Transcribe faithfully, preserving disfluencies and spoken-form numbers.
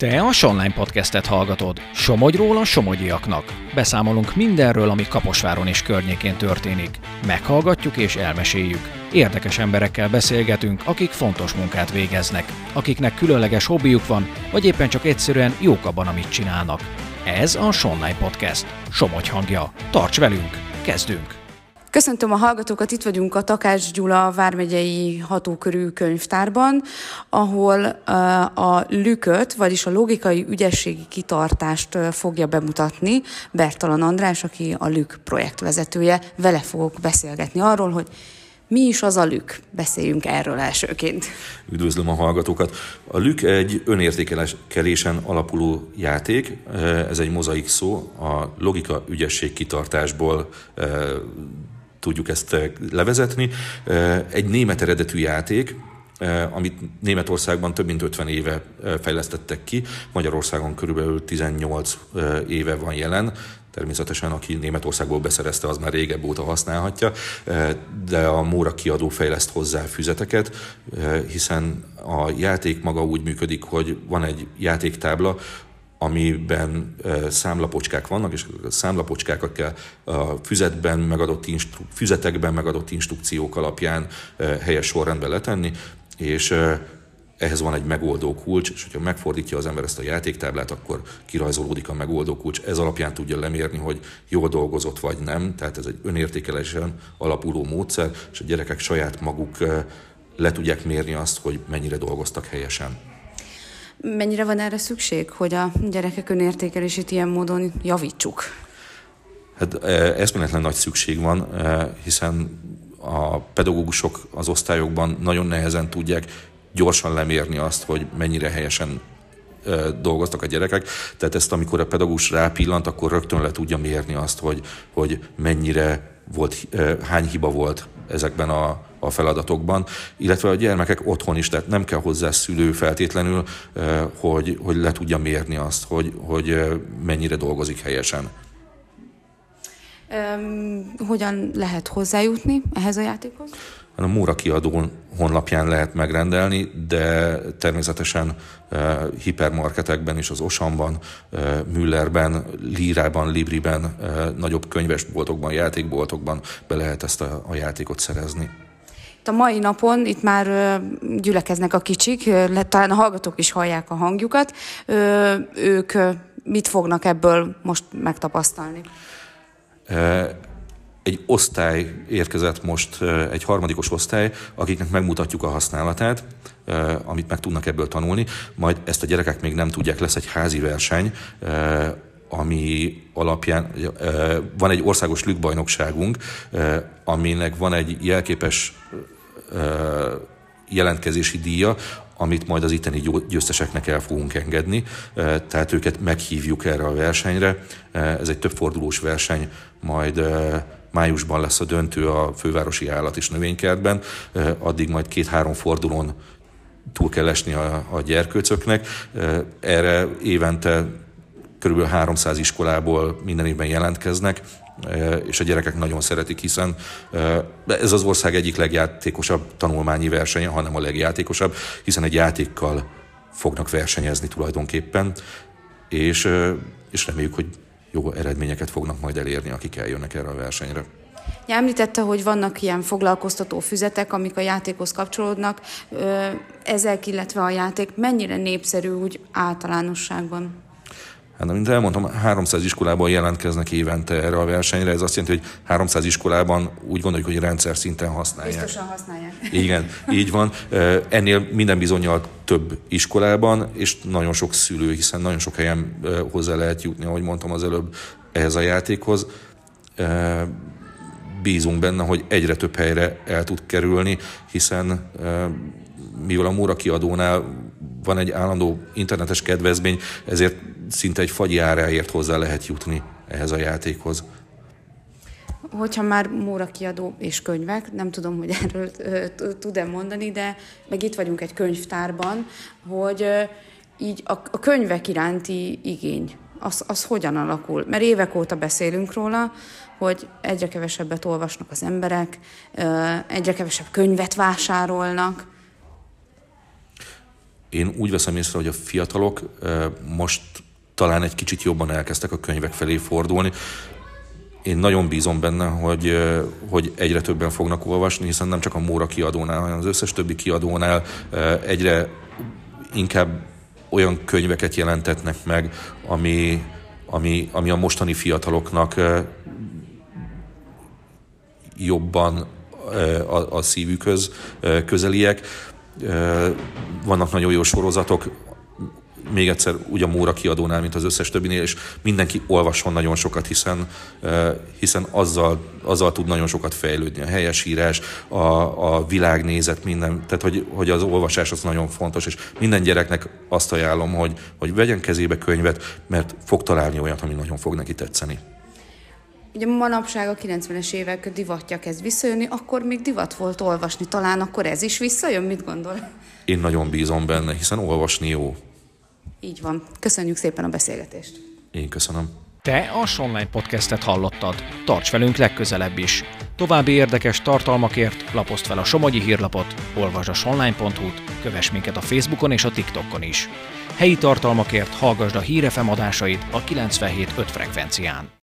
Te a Sonline Podcastet hallgatod. Somogyról a somogyiaknak. Beszámolunk mindenről, ami Kaposváron és környékén történik. Meghallgatjuk és elmeséljük. Érdekes emberekkel beszélgetünk, akik fontos munkát végeznek, akiknek különleges hobbijuk van, vagy éppen csak egyszerűen jók abban, amit csinálnak. Ez a Sonline Podcast. Somogy hangja. Tarts velünk! Kezdünk! Köszöntöm a hallgatókat, itt vagyunk a Takács Gyula vármegyei hatókörű könyvtárban, ahol a lüköt, vagyis a logikai ügyességi kitartást fogja bemutatni Bertalan András, aki a lük projektvezetője. Vele fogok beszélgetni arról, hogy mi is az a lük. Beszéljünk erről elsőként. Üdvözlöm a hallgatókat. A lük egy önértékelésen alapuló játék, ez egy mozaik szó, a logika ügyesség kitartásból tudjuk ezt levezetni. Egy német eredetű játék, amit Németországban több mint ötven éve fejlesztettek ki, Magyarországon körülbelül tizennyolc éve van jelen. Természetesen, aki Németországból beszerezte, az már régebb óta használhatja, de a Móra kiadó fejleszt hozzá füzeteket, hiszen a játék maga úgy működik, hogy van egy játéktábla, amiben számlapocskák vannak, és a számlapocskákat kell a füzetben megadott instru- füzetekben megadott instrukciók alapján helyes sorrendben letenni, és ehhez van egy megoldó kulcs, és hogyha megfordítja az ember ezt a játéktáblát, akkor kirajzolódik a megoldó kulcs. Ez alapján tudja lemérni, hogy jól dolgozott vagy nem, tehát ez egy önértékelésen alapuló módszer, és a gyerekek saját maguk le tudják mérni azt, hogy mennyire dolgoztak helyesen. Mennyire van erre szükség, hogy a gyerekek önértékelését ilyen módon javítsuk? Hát eszméletlen nagy szükség van, hiszen a pedagógusok az osztályokban nagyon nehezen tudják gyorsan lemérni azt, hogy mennyire helyesen dolgoztak a gyerekek. Tehát ezt, amikor a pedagógus rápillant, akkor rögtön le tudja mérni azt, hogy, hogy mennyire volt, hány hiba volt ezekben a, a feladatokban, illetve a gyermekek otthon is, tehát nem kell hozzá szülő feltétlenül, hogy, hogy le tudja mérni azt, hogy, hogy mennyire dolgozik helyesen. Um, hogyan lehet hozzájutni ehhez a játékhoz? A Móra kiadó honlapján lehet megrendelni, de természetesen uh, hipermarketekben is, az Osamban, uh, Müllerben, Lírában, Libriben, uh, nagyobb könyvesboltokban, játékboltokban be lehet ezt a, a játékot szerezni. Itt a mai napon itt már uh, gyülekeznek a kicsik, uh, talán a hallgatók is hallják a hangjukat. Uh, ők uh, mit fognak ebből most megtapasztalni? Uh, Egy osztály érkezett most, egy harmadikos osztály, akiknek megmutatjuk a használatát, amit meg tudnak ebből tanulni, majd ezt a gyerekek még nem tudják, lesz egy házi verseny, ami alapján van egy országos lükbajnokságunk, aminek van egy jelképes jelentkezési díja, amit majd az itteni győzteseknek el fogunk engedni, tehát őket meghívjuk erre a versenyre. Ez egy többfordulós verseny, majd májusban lesz a döntő a Fővárosi Állat- és Növénykertben, addig majd két-három fordulón túl kell esni a, a gyerkőcöknek. Erre évente kb. háromszáz iskolából minden évben jelentkeznek, és a gyerekek nagyon szeretik, hiszen ez az ország egyik legjátékosabb tanulmányi versenye, hanem a legjátékosabb, hiszen egy játékkal fognak versenyezni tulajdonképpen, és, és reméljük, hogy jó eredményeket fognak majd elérni, akik eljönnek erre a versenyre. Ja, említette, hogy vannak ilyen foglalkoztató füzetek, amik a játékhoz kapcsolódnak. Ezek, illetve a játék mennyire népszerű úgy általánosságban? Hát, mint elmondtam, háromszáz iskolában jelentkeznek évente erre a versenyre. Ez azt jelenti, hogy háromszáz iskolában úgy gondoljuk, hogy rendszer szinten használják. Biztosan használják. Igen, így van. Ennél minden bizonnyal több iskolában, és nagyon sok szülő, hiszen nagyon sok helyen hozzá lehet jutni, ahogy mondtam az előbb, ehhez a játékhoz. Bízunk benne, hogy egyre több helyre el tud kerülni, hiszen mivel a Móra kiadónál van egy állandó internetes kedvezmény, ezért szinte egy fagyi áráért hozzá lehet jutni ehhez a játékhoz. Hogyha már Móra kiadó és könyvek, nem tudom, hogy erről tud-e mondani, de meg itt vagyunk egy könyvtárban, hogy így a könyvek iránti igény, az, az hogyan alakul? Mert évek óta beszélünk róla, hogy egyre kevesebbet olvasnak az emberek, egyre kevesebb könyvet vásárolnak. Én úgy veszem észre, hogy a fiatalok most talán egy kicsit jobban elkezdtek a könyvek felé fordulni. Én nagyon bízom benne, hogy, hogy egyre többen fognak olvasni, hiszen nem csak a Móra kiadónál, hanem az összes többi kiadónál egyre inkább olyan könyveket jelentetnek meg, ami, ami, ami a mostani fiataloknak jobban a, a szívükhöz közeliek. Vannak nagyon jó sorozatok, még egyszer úgy a Móra kiadónál, mint az összes többinél, és mindenki olvasson nagyon sokat, hiszen, hiszen azzal, azzal tud nagyon sokat fejlődni. A helyesírás, a, a világnézet, minden, tehát hogy, hogy az olvasás az nagyon fontos, és minden gyereknek azt ajánlom, hogy, hogy vegyen kezébe könyvet, mert fog találni olyat, ami nagyon fog neki tetszeni. Ugye manapság a kilencvenes évek divatja kezd visszajönni, akkor még divat volt olvasni, talán akkor ez is visszajön, mit gondol? Én nagyon bízom benne, hiszen olvasni jó. Így van. Köszönjük szépen a beszélgetést. Én köszönöm. Te a Sonline Podcastet hallottad. Tarts velünk legközelebb is. További érdekes tartalmakért lapozd fel a Somogyi hírlapot, olvasd a sonline pont hu-t, kövess minket a Facebookon és a TikTokon is. Helyi tartalmakért hallgasd a Hír ef em adásait a kilencvenhét öt frekvencián.